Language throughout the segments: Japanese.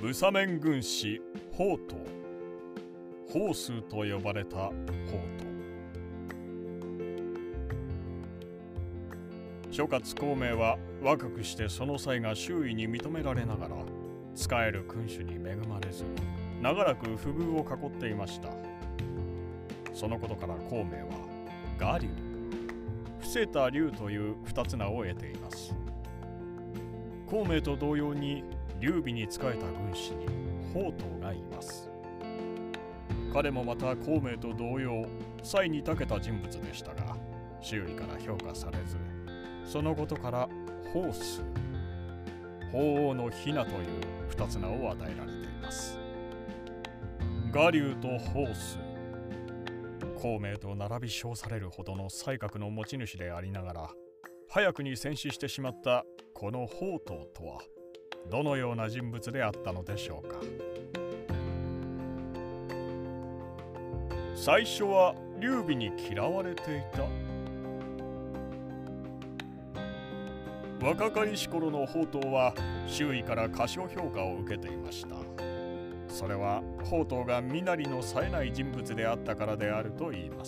宇佐面軍師宝刀、宝数と呼ばれた宝刀。諸葛孔明は若くしてその才が周囲に認められながら使える君主に恵まれず、長らく不遇を囲っていました。そのことから孔明は我流、伏せた龍という二つ名を得ています。孔明と同様に劉備に仕えた軍師に宝刀がいます。彼もまた孔明と同様才に長けた人物でしたが、周囲から評価されず、そのことから宝数、鳳凰の雛という二つ名を与えられています。我流と宝数、孔明と並び称されるほどの才覚の持ち主でありながら、早くに戦死してしまったこの宝刀とはどのような人物であったのでしょうか。最初は劉備に嫌われていた。若かりし頃の宝刀は周囲から過小評価を受けていました。それは宝刀が身なりの冴えない人物であったからであると言います。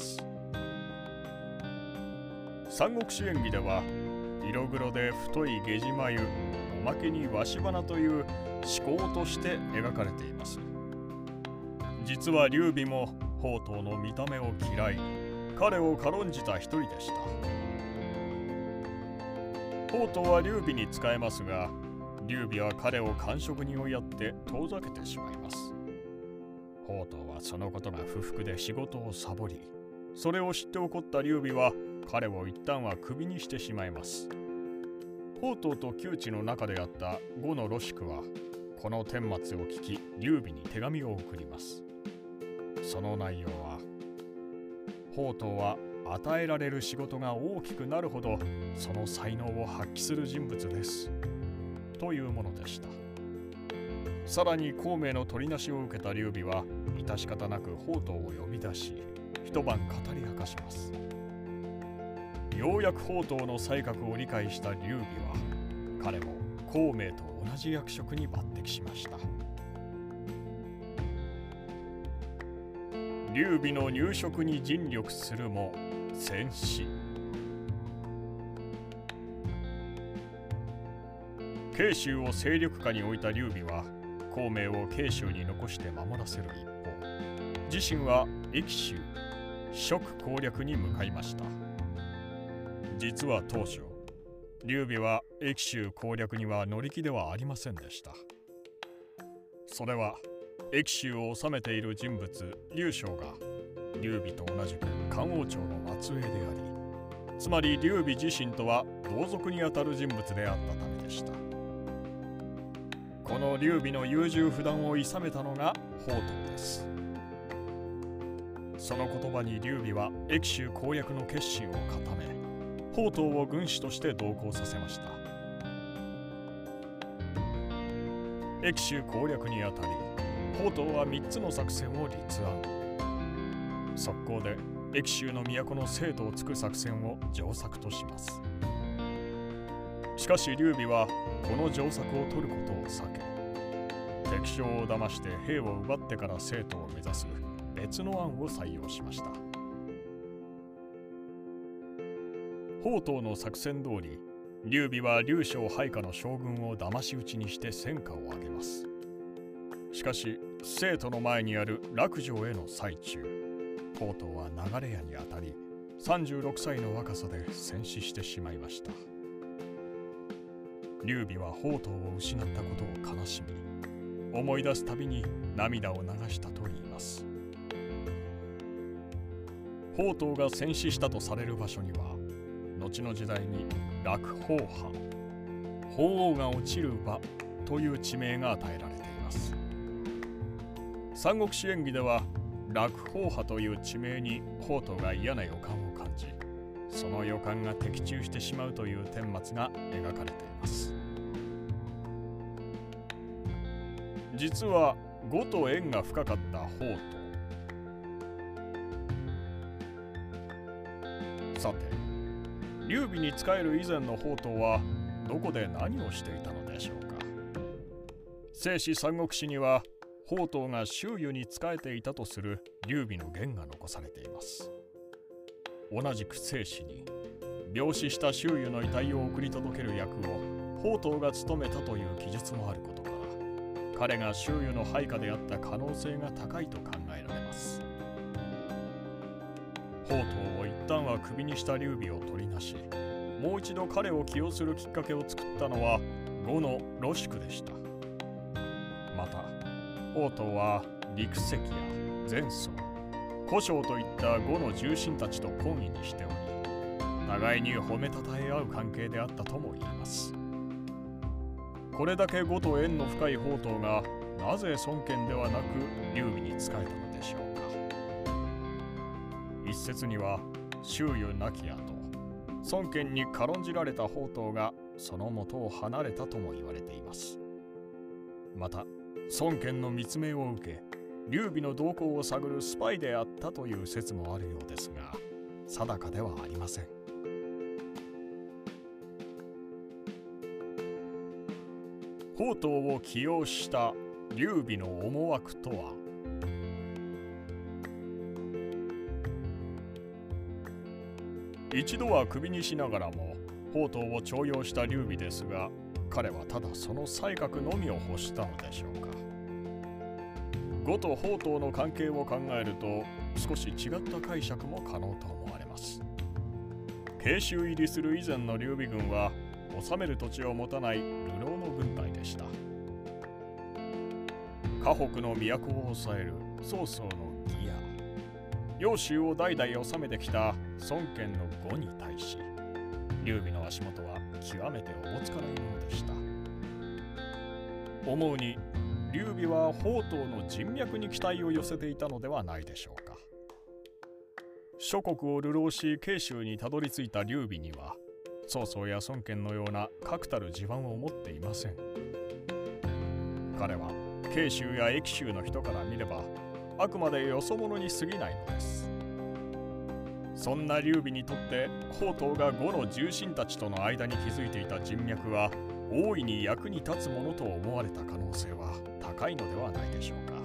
三国志演義では色黒で太い下地眉、おまけに鷲鼻という思考として描かれています。実は劉備も宝刀の見た目を嫌い、彼を軽んじた一人でした。宝刀は劉備に仕えますが、劉備は彼を官職に追いやって遠ざけてしまいます。宝刀はそのことが不服で仕事をサボり、それを知って怒った劉備は彼を一旦はクビにしてしまいます。宝刀と旧知の仲であった呉のロシクはこの顛末を聞き、劉備に手紙を送ります。その内容は、宝刀は与えられる仕事が大きくなるほどその才能を発揮する人物ですというものでした。さらに孔明の取りなしを受けた劉備は致し方なく宝刀を呼び出し、一晩語り明かします。ようやく宝刀の才覚を理解した劉備は、彼も孔明と同じ役職に抜擢しました。劉備の入職に尽力するも戦死。慶州を勢力下に置いた劉備は孔明を慶州に残して守らせる一方、自身は益州、蜀攻略に向かいました。実は当初、劉備は益州攻略には乗り気ではありませんでした。それは益州を治めている人物劉将が劉備と同じく漢王朝の末裔であり、つまり劉備自身とは同族にあたる人物であったためでした。この劉備の優柔不断を諌めたのが宝刀です。その言葉に劉備は益州攻略の決心を固め、宝刀を軍師として同行させました。益州攻略にあたり、宝刀は3つの作戦を立案。速攻で益州の都の生徒をつく作戦を上策とします。しかし劉備はこの上策を取ることを避け、敵将を騙して兵を奪ってから生徒を目指す別の案を採用しました。宝刀の作戦通り、劉備は劉将配下の将軍を騙し討ちにして戦果を上げます。しかし生徒の前にある落城への最中、宝刀は流れ矢に当たり36歳の若さで戦死してしまいました。劉備は宝刀を失ったことを悲しみ、思い出すたびに涙を流したといいます。宝刀が戦死したとされる場所には、後の時代に落宝波、鳳凰が落ちる場という地名が与えられています。三国志演義では落宝波という地名に宝刀が嫌な予感を感じ、その予感が的中してしまうという顛末が描かれています。実は呉と縁が深かった宝刀。さて、劉備に仕える以前の宝刀はどこで何をしていたのでしょうか。 正史三国志には宝刀が周瑜に仕えていたとする劉備の言が残されています。同じく正史に病死した周瑜の遺体を送り届ける役を宝刀が務めたという記述もあることから彼が周瑜の配下であった可能性が高いと考えられます。宝刀を一旦はクビにした劉備を取りなし、もう一度彼を起用するきっかけを作ったのは呉の呂宿でした。また宝刀は陸石や前宗、古生といった呉の重臣たちと懇意にしており、互いに褒めたたえ合う関係であったとも言えます。これだけ呉と縁の深い宝刀がなぜ孫権ではなく劉備に仕えたのでしょうか。一説には周瑜亡き後、孫権に軽んじられた宝刀がその元を離れたとも言われています。また孫権の密命を受け劉備の動向を探るスパイであったという説もあるようですが、定かではありません。宝刀を起用した劉備の思惑とは。一度は首にしながらも宝刀を重用した劉備ですが、彼はただその才覚のみを欲したのでしょうか。呉と宝刀の関係を考えると少し違った解釈も可能と思われます。慶州入りする以前の劉備軍は治める土地を持たない流浪の軍隊でした。河北の都を抑える曹操の義や揚州を代々治めてきた孫権の呉に対し、劉備の足元は極めておぼつかないものでした。思うに劉備は宝刀の人脈に期待を寄せていたのではないでしょうか。諸国を流浪し慶州にたどり着いた劉備には曹操や孫権のような確たる地盤を持っていません。彼は慶州や益州の人から見ればあくまでよそ者に過ぎないのです。そんな劉備にとって宝刀が呉の重臣たちとの間に築いていた人脈は大いに役に立つものと思われた可能性は高いのではないでしょうか。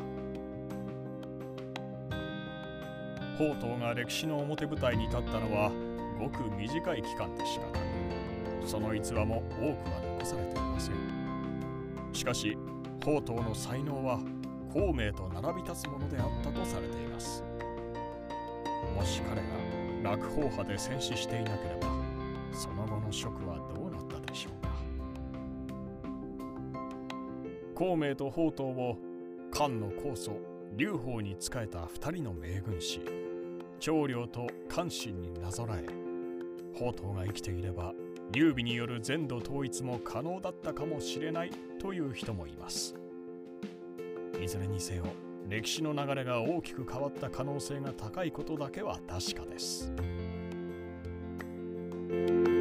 宝刀が歴史の表舞台に立ったのはごく短い期間でしかなく、その逸話も多くは残されていません。しかし宝刀の才能は孔明と並び立つものであったとされています。もし彼が楽宝派で戦死していなければ、その後の職はどうなったでしょうか。孔明と宝刀を漢の高祖劉邦に仕えた2人の名軍師張遼と関心になぞらえ、宝刀が生きていれば劉備による全土統一も可能だったかもしれないという人もいます。いずれにせよ歴史の流れが大きく変わった可能性が高いことだけは確かです。